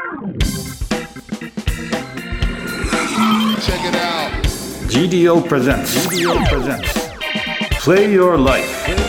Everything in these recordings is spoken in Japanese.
GDO presents Play Your Life.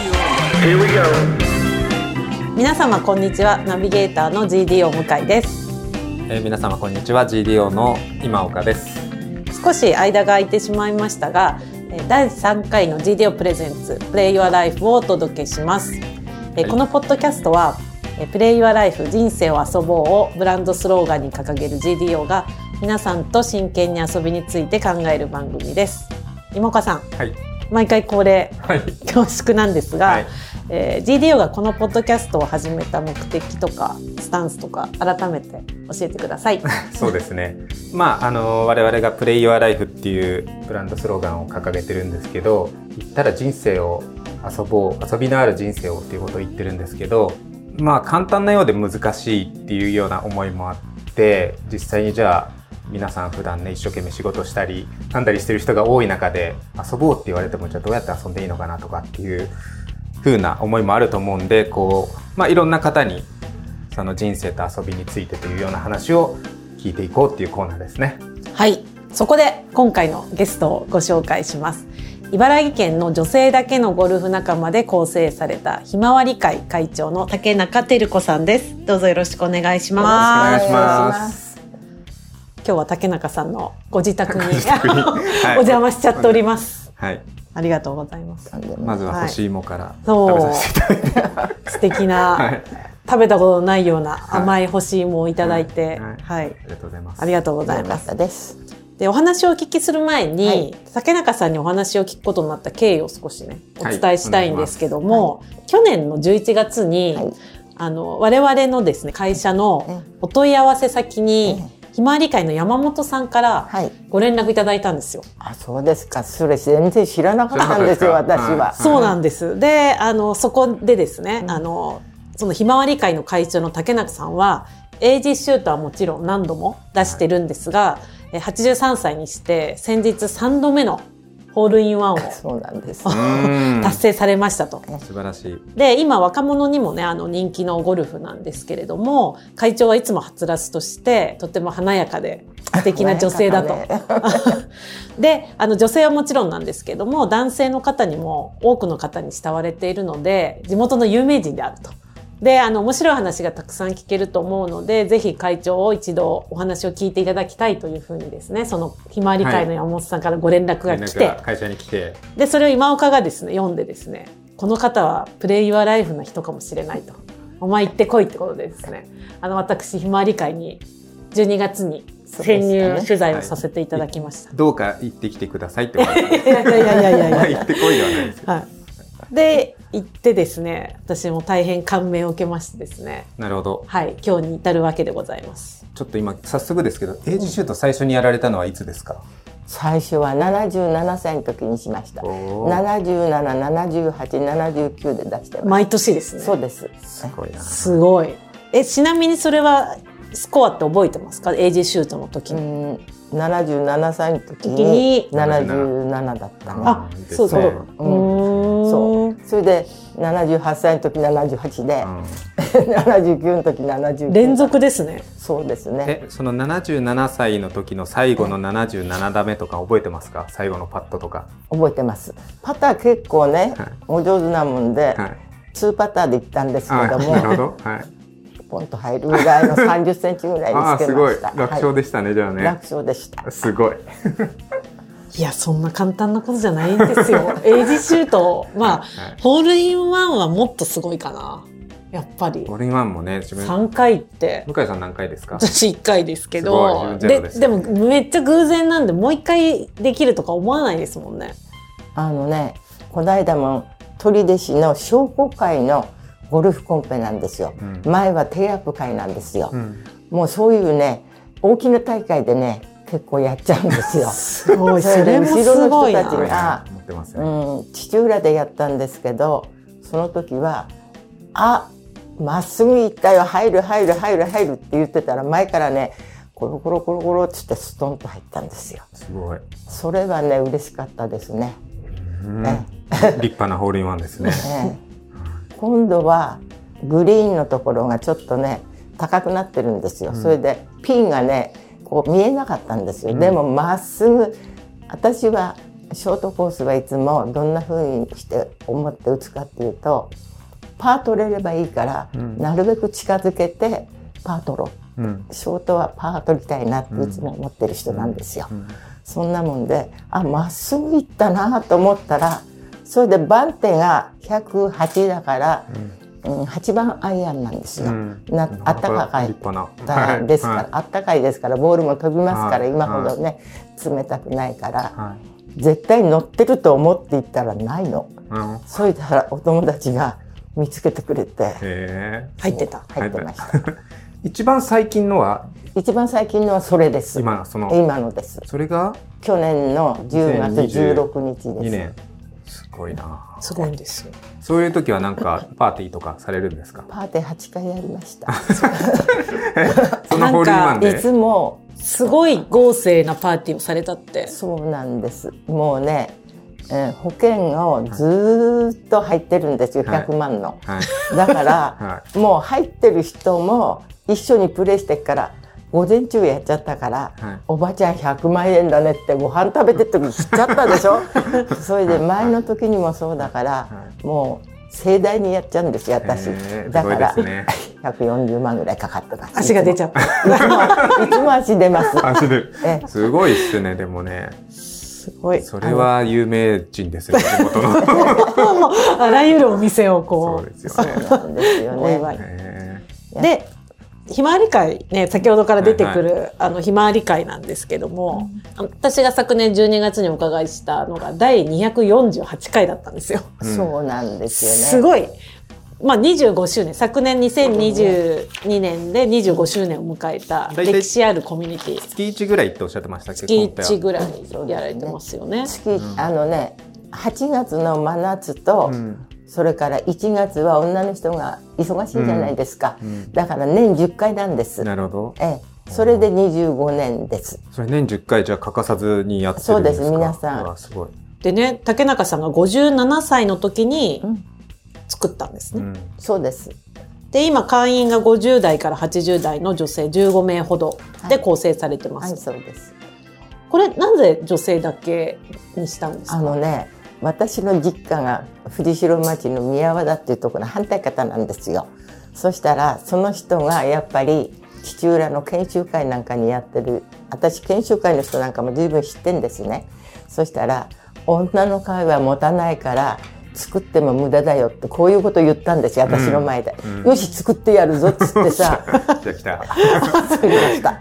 Here we go. 皆様こんにちは。ナビゲーターの GDO 向井です。 皆様こんにちは。 GDO の今岡です。 少し間が空いてしまいましたが、第3回の GDO プレゼンツ Play Your Life をお届けします。このポッドキャストはPlay Your Life 人生を遊ぼうをブランドスローガンに掲げる GDO が皆さんと真剣に遊びについて考える番組です。今岡さん、 はい、 毎回恒例、 はい、 恐縮なんですが、 はい、 GDO がこのポッドキャストを始めた目的とかスタンスとか改めて教えてください。 そうですね、我々が Play Your Life っていうブランドスローガンを掲げてるんですけど、言ったら人生を遊ぼう、遊びのある人生をっていうことを言ってるんですけど、簡単なようで難しいっていうような思いもあって、実際にじゃあ皆さん普段ね一生懸命仕事したり噛んだりしてる人が多い中で遊ぼうって言われてもじゃあどうやって遊んでいいのかなとかっていう風な思いもあると思うんで、いろんな方にその人生と遊びについてというような話を聞いていこうっていうコーナーですね。 はい、そこで今回のゲストをご紹介します。茨城県の女性だけのゴルフ仲間で構成されたひまわり会会長の竹中照子さんです。どうぞよろしくお願いします。 よろしくお願いします。 今日は竹中さんのご自宅にはい、 お邪魔しちゃっております。 はい、 ありがとうございます。 まずは干し芋から食べさせていただいて、 素敵な、はい、食べたことないような甘い干し芋をいただいて、 はい、ありがとうございます。 ありがとうございます。で、お話をお聞きする前に、はい、竹中さんにお話を聞くことになった経緯を少しねお伝えしたいんですけども、去年の11月に、我々のですね会社のお問い合わせ先に、ひまわり会の山本さんからご連絡いただいたんですよ。 あ、そうですか。それ全然知らなかったんですよ、私は。 そうなんです。で、そこでですね、そのひまわり会の会長の竹中さんは、エイジシュートはもちろん何度も出してるんですが、83歳にして先日3度目のホールインワンをそうなんです達成されましたと。 素晴らしい。 で、今若者にもね人気のゴルフなんですけれども、会長はいつもはつらつとしてとても華やかで素敵な女性だと。で、女性はもちろんなんですけども、男性の方にも多くの方に慕われているので地元の有名人であると。で、面白い話がたくさん聞けると思うので、ぜひ会長を一度お話を聞いていただきたいというふうにですね、そのひまわり会の山本さんからご連絡が来て、 会社に来て、 で、それを今岡がですね、読んでですね、この方はプレイユアライフな人かもしれないと。お前行ってこいってことでですね、私ひまわり会に12月に潜入取材をさせていただきました。 どうか行ってきてくださいってことです。 いや行ってこいではないですよ。 はい。で、行ってですね、私も大変感銘を受けましてですね。 なるほど。 はい、今日に至るわけでございます。 ちょっと今早速ですけど、エイジシュート最初にやられたのはいつですか？ 最初は77歳の時にしました。77、78、79で出してます。 毎年ですね。 そうです。 すごいな。 すごい。ちなみにそれはスコアって覚えてますか？エイジシュートの時に。 77歳の時に77だったね。 あ、そうそう。 そう。それで78歳の時78で、79の時79。 連続ですね。 そうですね。 その77歳の時の最後の77打目とか覚えてますか？最後のパットとか。 覚えてます。パター結構ね、お上手なもんで、2パターで行ったんですけども。 なるほど。はい。 ポンと入るぐらいの30センチぐらいにつけました。 すごい。楽勝でしたね、じゃあね。 楽勝でした。 すごい。 いや、そんな簡単なことじゃないんですよ。エイジシュート、ホールインワンはもっとすごいかな。やっぱり。 ホールインワンもね、自分。 3回って。 向井さん何回ですか？ 私1回ですけど。でもめっちゃ偶然なんで、もう1回できるとか思わないですもんね。 この間も取手市の商工会のゴルフコンペなんですよ。前はテイアップ会なんですよ。もうそういうね、大きな大会でね、結構やっちゃうんですよ。 すごい。それもすごいな。 後ろの人たちが、父浦でやったんですけど、その時は、まっすぐ行ったよ、入るって言ってたら、前からね、コロコロコロコロってってストンと入ったんですよ。 すごい。 それはね、嬉しかったですね。 立派なホールインワンですね。 今度はグリーンのところがちょっとね高くなってるんですよ。それでピンがねこう見えなかったんですよ。でもまっすぐ、私はショートコースはいつもどんな風にして思って打つかっていうと、パー取れればいいから、なるべく近づけてパー取ろう、ショートはパー取りたいなっていつも思ってる人なんですよ。そんなもんで、まっすぐ行ったなと思ったら、それで番手が108だから、8番アイアンなんですよ。あったかいですから、あったかいですからボールも飛びますから、今ほどね冷たくないから、絶対乗ってると思って行ったらないの。それからお友達が見つけてくれて、 入ってました。 一番最近のはそれです。 今のです。 それが去年の10月16日です。 2年。すごいな。 すごいんですよ。 そういう時はなんかパーティーとかされるんですか？ パーティー8回やりました。 そのホールインワンで。 いつもすごい豪勢なパーティーをされたって。 そうなんです。もうね、保険をずっと入ってるんですよ、100万の。だから、もう入ってる人も一緒にプレイしてから午前中やっちゃったから、おばちゃん100万円だねってご飯食べてる時知っちゃったでしょ。それで前の時にもそうだから、もう盛大にやっちゃうんですよ私。だから140万ぐらいかかってます。 足が出ちゃった。 いつも足出ます。 足出る。すごいっすね。でもね。 すごい。 それは有名人ですよ、地元の。 あらゆるお店をこう。 そうですよね。 そうなんですよね。 で、ひまわり会ね、先ほどから出てくる、ひまわり会なんですけども、私が昨年12月にお伺いしたのが第248回だったんですよ。 そうなんですよね。 すごい。25周年、昨年2022年で25周年を迎えた歴史あるコミュニティ。 月1ぐらいっておっしゃってましたっけ？ 月1ぐらいやられてますよね。 8月の真夏と、それから1月は女の人が忙しいじゃないですか。だから年10回なんです。 なるほど。 それで25年です。 それ年10回じゃ欠かさずにやってるんですか？ そうです、皆さん。 すごい。 でね、竹中さんが57歳の時に作ったんですね。 そうです。 で、今会員が50代から80代の女性15名ほどで構成されてます。 そうです。 これなぜ女性だけにしたんですか？ 私の実家が藤代町の宮和田っていうところの反対方なんですよ。そしたらその人がやっぱり父浦の研修会なんかにやってる、私研修会の人なんかも随分知ってんですね。そしたら女の会は持たないから作っても無駄だよってこういうことを言ったんですよ、私の前で。よし作ってやるぞっつってさ作りました。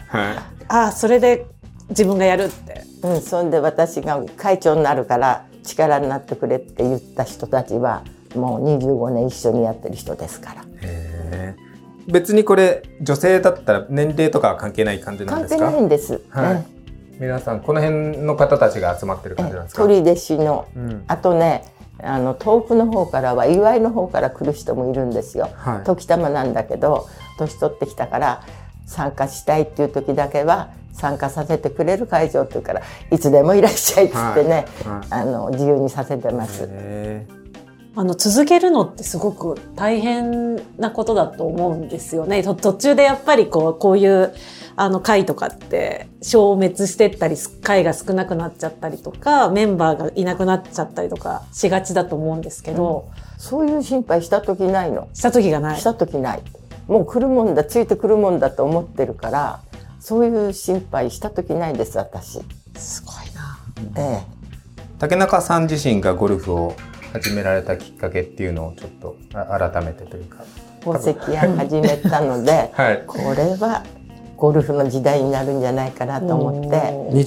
それで自分がやるって。 そんで私が会長になるから力になってくれって言った人たちはもう25年一緒にやってる人ですから。 別にこれ女性だったら年齢とかは関係ない感じなんですか？ 関係ないんです。 皆さんこの辺の方たちが集まってる感じなんですか？ 取手市の、あとね遠くの方からは岩井の方から来る人もいるんですよ。時たまなんだけど年取ってきたから参加したいっていう時だけは参加させてくれる会場っていうからいつでもいらっしゃいっつってね、自由にさせてます。 続けるのってすごく大変なことだと思うんですよね。途中でやっぱりこういう会とかって消滅してったり会が少なくなっちゃったりとかメンバーがいなくなっちゃったりとかしがちだと思うんですけど、 そういう心配した時ないの？ した時がない。 した時ない。もう来るもんだ、ついてくるもんだと思ってるからそういう心配した時ないです私。 すごいな。 竹中さん自身がゴルフを始められたきっかけっていうのをちょっと改めてというか。 宝石屋始めたので、これはゴルフの時代になるんじゃないかなと思って。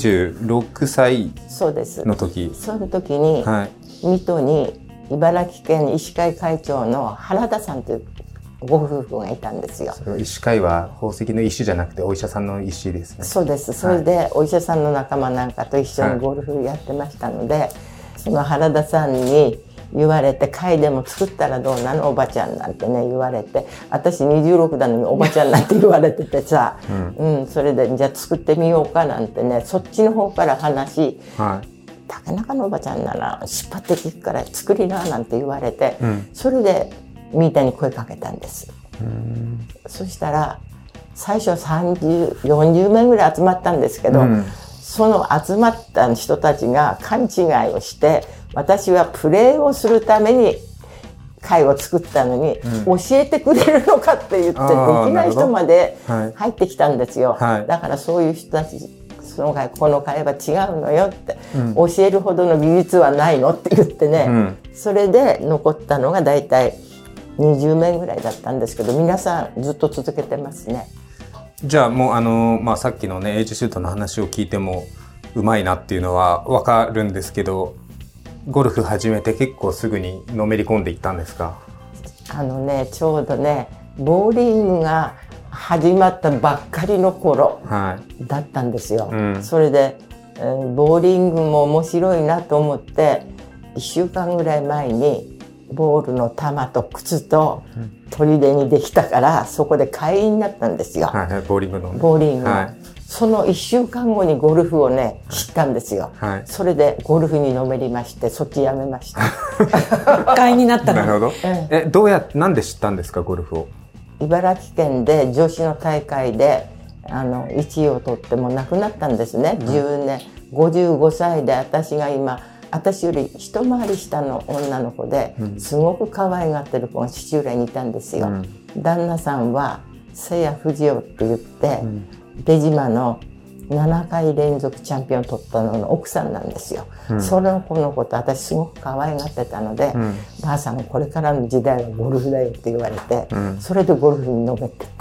26歳の時。 その時に、水戸に茨城県医師会会長の原田さんというご夫婦がいたんですよ。 それ医師会は宝石の医師じゃなくてお医者さんの医師ですね。 そうです。それでお医者さんの仲間なんかと一緒にゴルフやってましたので、その原田さんに言われて会でも作ったらどうなのおばちゃんなんてね言われて、私26なのにおばちゃんなんて言われててさ、それでじゃあ作ってみようかなんてね、そっちの方から話、竹中のおばちゃんなら引っ張ってきくから作りななんて言われて、それでみーたに声かけたんです。そしたら最初は30、40名ぐらい集まったんですけど、その集まった人たちが勘違いをして、私はプレーをするために会を作ったのに、教えてくれるのかって言って、できない人まで入ってきたんですよ。だからそういう人たち、その会、この会は違うのよって、教えるほどの技術はないのって言ってね、それで残ったのが大体20名ぐらいだったんですけど、皆さんずっと続けてますね。 じゃあもうさっきのね、エイジシュートの話を聞いてもうまいなっていうのはわかるんですけど、ゴルフ始めて結構すぐにのめり込んでいったんですか？ ちょうどね、ボーリングが始まったばっかりの頃だったんですよ。それで、ボーリングも面白いなと思って、1週間ぐらい前にボールの球と靴と砦にできたから、そこで会員になったんですよ。 ボーリングの。 ボーリングの。その1週間後にゴルフをね、知ったんですよ。それでゴルフにのめりまして、そっちやめました。 会員になったの。 なるほど。なんで知ったんですか、ゴルフを？ 茨城県で女子の大会で、1位を取っても亡くなったんですね。10年。55歳で私が今、私より一回り下の女の子で、すごく可愛がってる子が父親にいたんですよ。旦那さんは、瀬谷藤夫って言って、出島の7回連続チャンピオンを取ったのの奥さんなんですよ。その子のこと私すごく可愛がってたので、ばあさんこれからの時代はゴルフだよって言われて、それでゴルフにのめってった。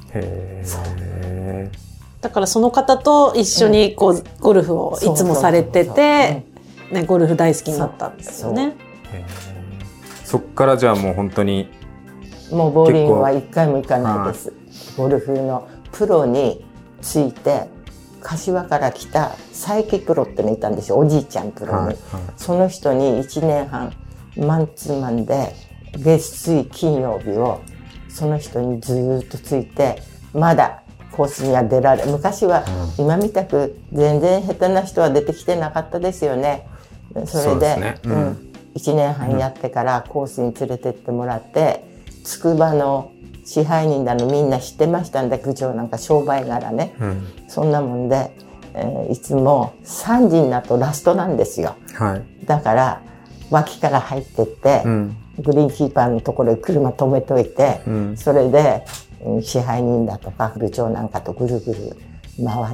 だからその方と一緒にゴルフをいつもされてて、ゴルフ大好きになったんですよね。 そっからじゃあもう本当にもうボーリングは一回も行かないです。ゴルフのプロについて、柏から来た佐伯プロってのいたんですよ、おじいちゃんプロに。その人に1年半マンツーマンで月水金曜日をその人にずっとついて、まだコースには出られ、昔は今みたく全然下手な人は出てきてなかったですよね。それで1年半やってからコースに連れてってもらって、筑波の支配人だのみんな知ってましたんで、区長なんか商売柄ね、そんなもんで、いつも3時になるとラストなんですよ。だから脇から入ってって、グリーンキーパーのところで車止めといて、それで支配人だとか部長なんかとぐるぐる回って、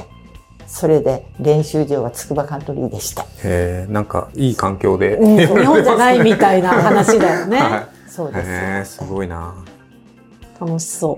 それで練習場は筑波カントリーでした。 なんかいい環境で、 日本じゃないみたいな話だよね。 そうです。 すごいな。 楽しそう。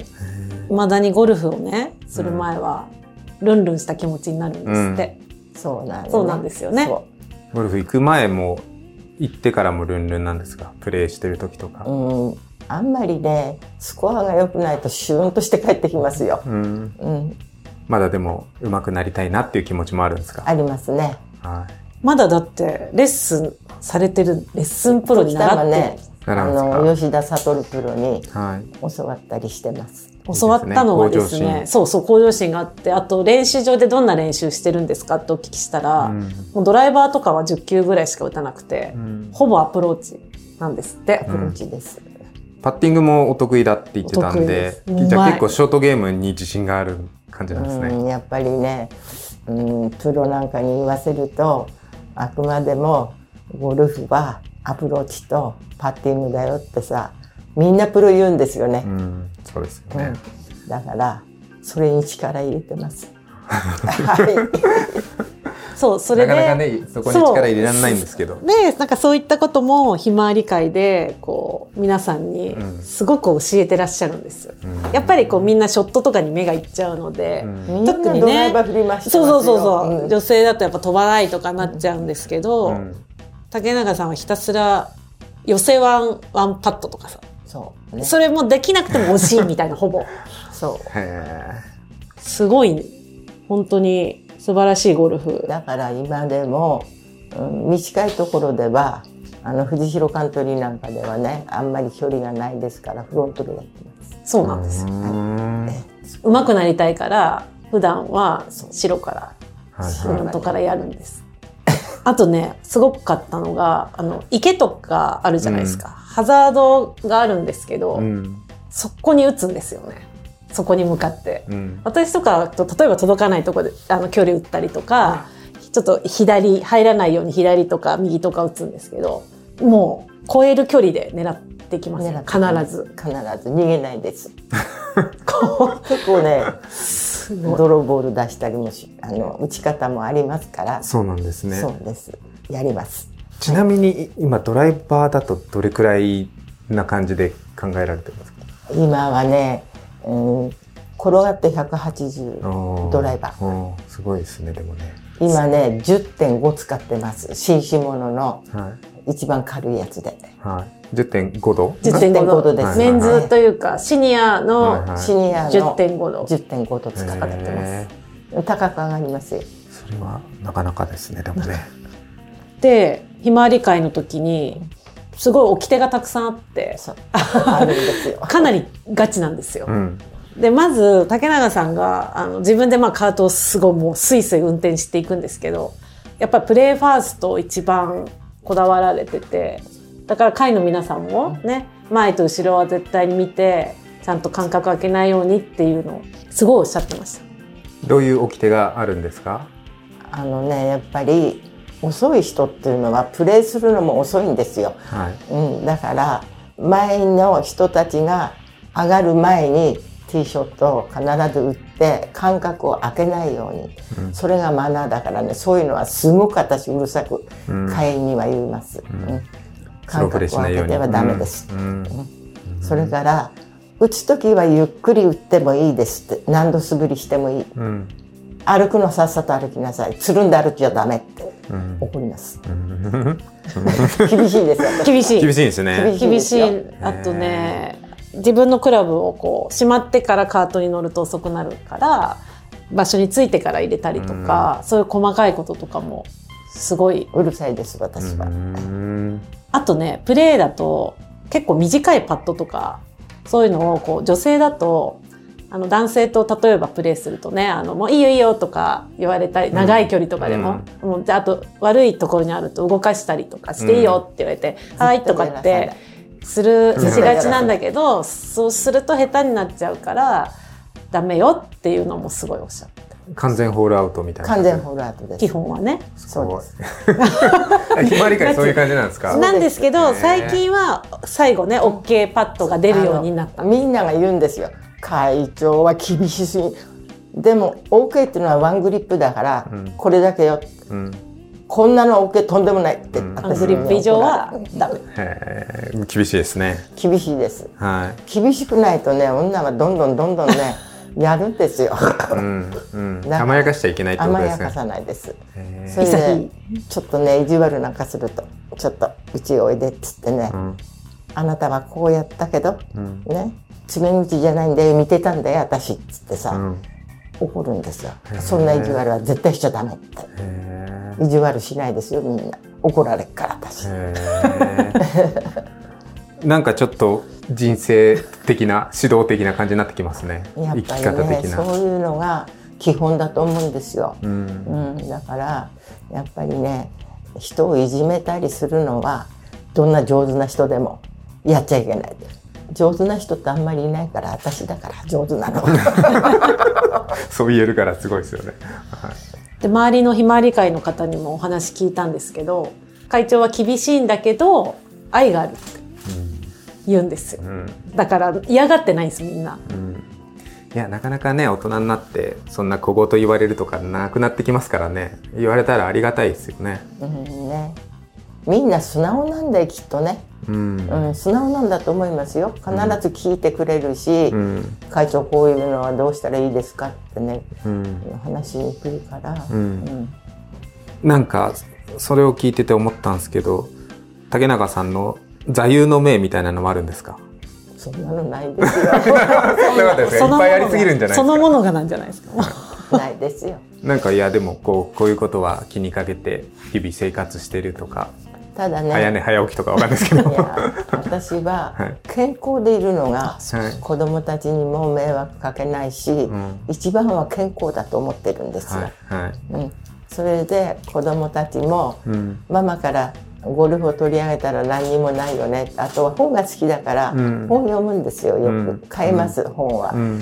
未だにゴルフをねする前はルンルンした気持ちになるんですって。そうなんですよね。 ゴルフ行く前も行ってからもルンルンなんですか？プレーしてる時とか。 あんまりね、スコアが良くないとシューンとして帰ってきますよ。 まだでも上手くなりたいなっていう気持ちもあるんですか？ ありますね。 まだだってレッスンされてる、レッスンプロに習ってね、 吉田悟プロに教わったりしてます。 教わったのはですね、向上心があって、あと練習場でどんな練習してるんですかってお聞きしたら、もうドライバーとかは10球ぐらいしか打たなくて、ほぼアプローチなんですって。 アプローチです。 パッティングもお得意だって言ってたんで、じゃあ結構ショートゲームに自信がある感じなんですね。 やっぱりね、プロなんかに言わせると、あくまでもゴルフはアプローチとパッティングだよってさ、みんなプロ言うんですよね。 そうですよね。 だからそれに力入れてます。 それでなかなかね、そこに力入れられないんですけど。 で、なんかそういったこともひまわり会で皆さんにすごく教えてらっしゃるんです。やっぱりみんなショットとかに目がいっちゃうので、特にね、女性だとやっぱ飛ばないとかなっちゃうんですけど、竹永さんはひたすら寄せワンパットとかさ、それもできなくても惜しいみたいなほぼ。すごい、本当に素晴らしいゴルフ。 だから今でも、短いところでは藤広カントリーなんかではね、あんまり距離がないですからフロントでやってます。 そうなんですよ。上手くなりたいから普段は白からフロントからやるんです。あとね、すごかったのが池とかあるじゃないですか。ハザードがあるんですけど、そこに打つんですよね。 そこに向かって、私とかと例えば届かないところで距離打ったりとか、ちょっと左入らないように左とか右とか打つんですけど、もう超える距離で狙ってきます。必ず逃げないです。結構ねドローボール出したりも打ち方もありますから。 そうなんですね。 そうです。やります。 ちなみに今ドライバーだとどれくらいな感じで考えられてますか？ 今はね、転がって180ドライバー。 すごいですね。でもね今ね 10.5 使ってます。紳士物の一番軽いやつで、 10.5 度 10.5 度です、 メンズというかシニアの 10.5 度 10.5 度使ってます。高く上がりますよ。 それはなかなかですね。でもねでひまわり会の時にすごい掟がたくさんあってあるんですよ。 かなりガチなんですよ。でまず竹永さんが自分でカートをすごいもうスイスイ運転していくんですけど、やっぱりプレーファーストを一番こだわられてて、だから会の皆さんもね、前と後ろは絶対に見てちゃんと間隔空けないようにっていうのをすごいおっしゃってました。 どういう掟があるんですか？ やっぱり遅い人っていうのはプレーするのも遅いんですよ。だから前の人たちが上がる前にティーショットを必ず打って間隔を空けないように、それがマナーだからね。そういうのはすごく私うるさく会員には言います。間隔を空けてはダメです。それから打つ時はゆっくり打ってもいいですって、何度素振りしてもいい、歩くのさっさと歩きなさい、つるんで歩きじゃダメって怒ります。厳しいですよ。 厳しいですね。 厳しい。あとね、自分のクラブをこうしまってからカートに乗ると遅くなるから場所に着いてから入れたりとか、そういう細かいこととかもすごいうるさいです私は。 あとね、プレーだと結構短いパットとかそういうのをこう女性だと男性と例えばプレーするとね、もういいよいいよとか言われたり、長い距離とかでも、もうあと悪いところにあると動かしたりとかしていいよって言われて、はいとかってしがちなんだけど、そうすると下手になっちゃうからダメよっていうのもすごいおっしゃって。 完全ホールアウトみたいな。 完全ホールアウトです。 基本はね。 そうです。 ひまわり会そういう感じなんですか？ なんですけど、最近は最後ね、OK パットが出るようになった。 みんなが言うんですよ。会長は厳しすぎ。でも OK っていうのはワングリップだから、これだけよ。こんなの OK とんでもないって。 ワングリップ以上はダメ。 厳しいですね。 厳しいです。厳しくないとね、女はどんどんね。やるんですよ。 甘やかしちゃいけないってことですね。 甘やかさないです。それでちょっとね意地悪なんかするとちょっとうちおいでっつってね、あなたはこうやったけど、ね爪口じゃないんだよ、見てたんだよ私っつってさ、怒るんですよ。そんな意地悪は絶対しちゃダメって。意地悪しないですよみんな。怒られっから私。 なんかちょっと人生的な指導的な感じになってきますね。 やっぱりね、 生き方的な。 そういうのが基本だと思うんですよ。だからやっぱりね、人をいじめたりするのはどんな上手な人でもやっちゃいけない。上手な人ってあんまりいないから、私だから上手なの。 そう言えるからすごいですよね。 で、周りのひまわり会の方にもお話聞いたんですけど、会長は厳しいんだけど愛があるって言うんですよ。だから嫌がってないんですみんな。 いやなかなかね、大人になってそんな小言言われるとかなくなってきますからね。言われたらありがたいですよね。 みんな素直なんだよきっとね。素直なんだと思いますよ。必ず聞いてくれるし、会長こういうのはどうしたらいいですかってね、話に来るから、 なんかそれを聞いてて思ったんですけど、竹永さんの座右の銘みたいなのもあるんですか？ そんなのないですよ。 いっぱいありすぎるんじゃないですか。 そのものがなんじゃないですか。 ないですよ。 なんかいやでもこういうことは気にかけて日々生活してるとか。 ただね、 早寝早起きとかわかんないですけど。 いや私は健康でいるのが子供たちにも迷惑かけないし、一番は健康だと思ってるんですよ。それで子供たちも、ママからゴルフを取り上げたら何にもないよね。あとは本が好きだから、本読むんですよ。よく買います、本は。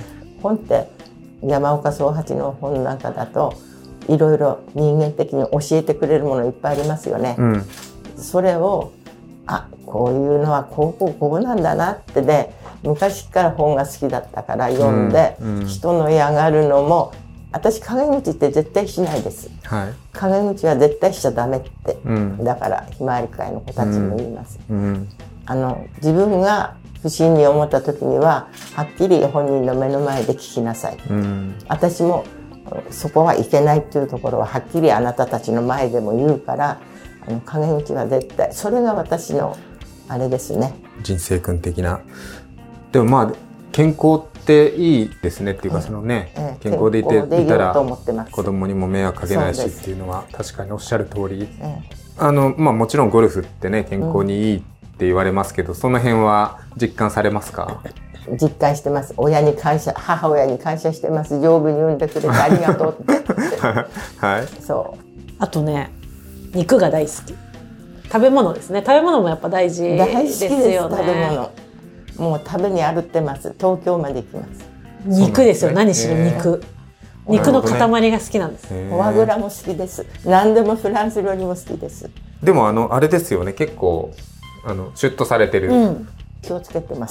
本って山岡宗八の本なんかだといろいろ人間的に教えてくれるものいっぱいありますよね。それをこういうのはこうなんだなってね、昔から本が好きだったから読んで、人の嫌がるのも私陰口って絶対しないです、陰口は絶対しちゃダメって、だからひまわり会の子たちも言います、自分が不審に思った時にははっきり本人の目の前で聞きなさい、私もそこはいけないっていうところははっきりあなたたちの前でも言うから、陰口は絶対、それが私のあれですね。 人生君的な。でもまあ健康っていいですねっていうか、そのね、健康でいたら子供にも迷惑かけないしっていうのは確かにおっしゃる通り、まあもちろんゴルフってね健康にいいって言われますけど、その辺は実感されますか？ 実感してます。親に感謝、母親に感謝してます。丈夫に産んでくれてありがとうってはい。そう。 あとね、肉が大好き。食べ物ですね。食べ物もやっぱ大事ですよね。 食べ物。もう食べに歩ってます。東京まで行きます。 肉ですよ。何しろ肉。肉の塊が好きなんです。 フォアグラも好きです。何でもフランス料理も好きです。 でもあれですよね。結構シュッとされてる。 気をつけてます。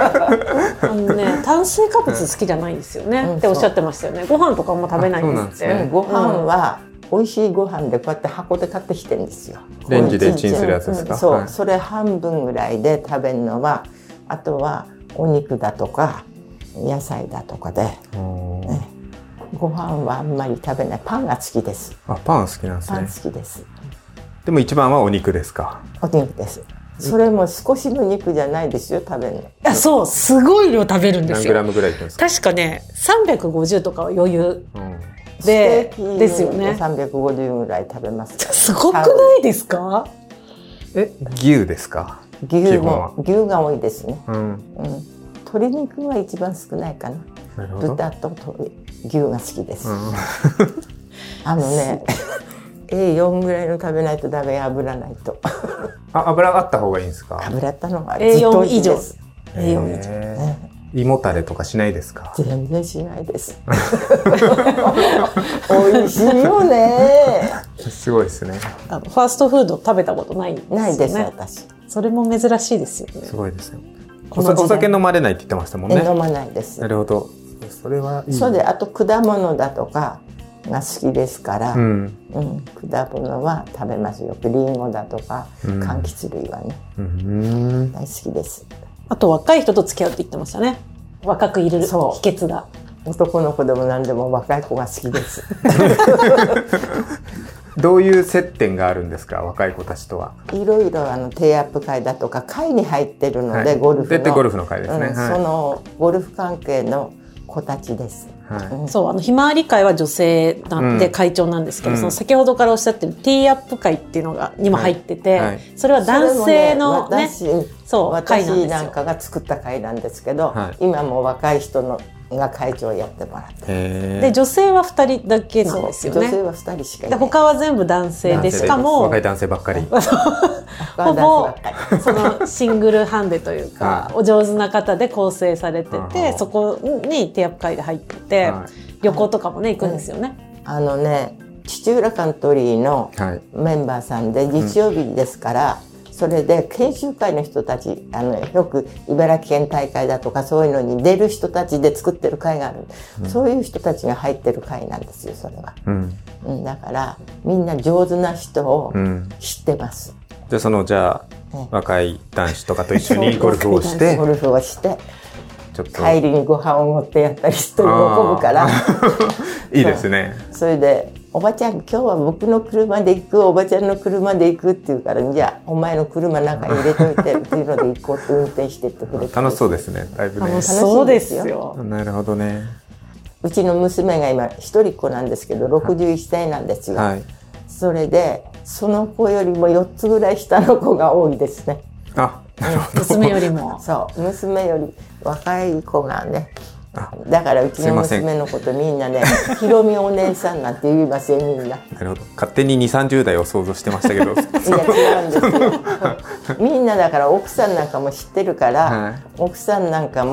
炭水化物好きじゃないんですよね。っておっしゃってましたよね。ご飯とかも食べないんですって。 ご飯は美味しいご飯でこうやって箱で買ってきてるんですよ。 レンジでチンするやつですか？ そう、それ半分ぐらいで食べるのは、あとはお肉だとか野菜だとかで、ご飯はあんまり食べない。パンが好きです。 パン好きなんですね。 パン好きです。 でも一番はお肉ですか？ お肉です。それも少しの肉じゃないですよ、食べるの。 そう、すごい量食べるんですよ。 何グラムぐらいいくんですか？確かね、350とかは余裕。 ですよね。350ぐらい食べます。 すごくないですか？ 牛ですか？ 牛が多いですね。鶏肉は一番少ないかな。豚と牛が好きです。A4 ぐらいの食べないとダメ、油ないと。 油あった方がいいんですか？ 油あったのが A4 以上です。A4 以上。 胃もたれとかしないですか？ 全然しないです。美味しいよね。 すごいですね。 ファーストフード食べたことないんですよね。 ないです、私。 それも珍しいですよね。 すごいですよ。お酒飲まれないって言ってましたもんね。 飲まないです。 なるほど。それはいい。 そうで、あと果物だとかが好きですから、果物は食べますよ。リンゴだとか柑橘類はね、大好きです。 あと若い人と付き合うって言ってましたね。若くいる秘訣が。 男の子でも何でも若い子が好きです。 どういう接点があるんですか、若い子たちとは？ いろいろティーアップ会だとか会に入ってるので、ゴルフの。 ゴルフの会ですね。 そのゴルフ関係の子たちです。 そう、ひまわり会は女性なんで会長なんですけど、その先ほどからおっしゃってるティーアップ会っていうのがにも入ってて、それは男性のね、 私なんかが作った会なんですけど、今も若い人のが会長をやってもらって、 で女性は2人だけなんですよね。 女性は2人しかいない。 他は全部男性で、しかも若い男性ばっかり。 ほぼそのシングルハンデというか、お上手な方で構成されてて、そこにティーアップ会で入ってて、旅行とかもね行くんですよね。 土浦カントリーのメンバーさんで日曜日ですから、それで研修会の人たち、よく茨城県大会だとかそういうのに出る人たちで作ってる会がある、そういう人たちが入ってる会なんですよ、それは。だからみんな上手な人を知ってます。 じゃあ若い男子とかと一緒にゴルフをしてちょっと帰りにご飯を持ってやったりして喜ぶからいいですね。 それでおばちゃん今日は僕の車で行く、おばちゃんの車で行くって言うから、じゃあお前の車なんか入れといてっていうので行こうって運転してってくれて。 楽しそうですね。だいぶね。 楽しそうですよ。 なるほどね。 うちの娘が今一人っ子なんですけど61歳なんですよ。それでその子よりも4つぐらい下の子が多いですね。 娘よりも。 そう娘より若い子がね。だからうちの娘のことみんなね、ひろみお姉さんなんて言いません、みんな。 なるほど。勝手に2、30代を想像してましたけど。いや違うんですよ。みんなだから奥さんなんかも知ってるから、奥さんなんかも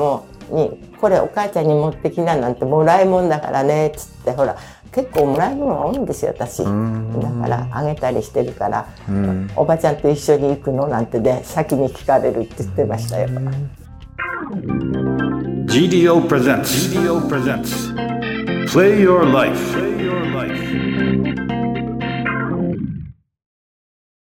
に「これお母ちゃんに持ってきな」なんて「もらいもんだからね」っつってほら結構もらいものが多いんですよ私。だからあげたりしてるから「おばちゃんと一緒に行くの?」なんてね先に聞かれるって言ってましたよ。 GDO presents Play Your Life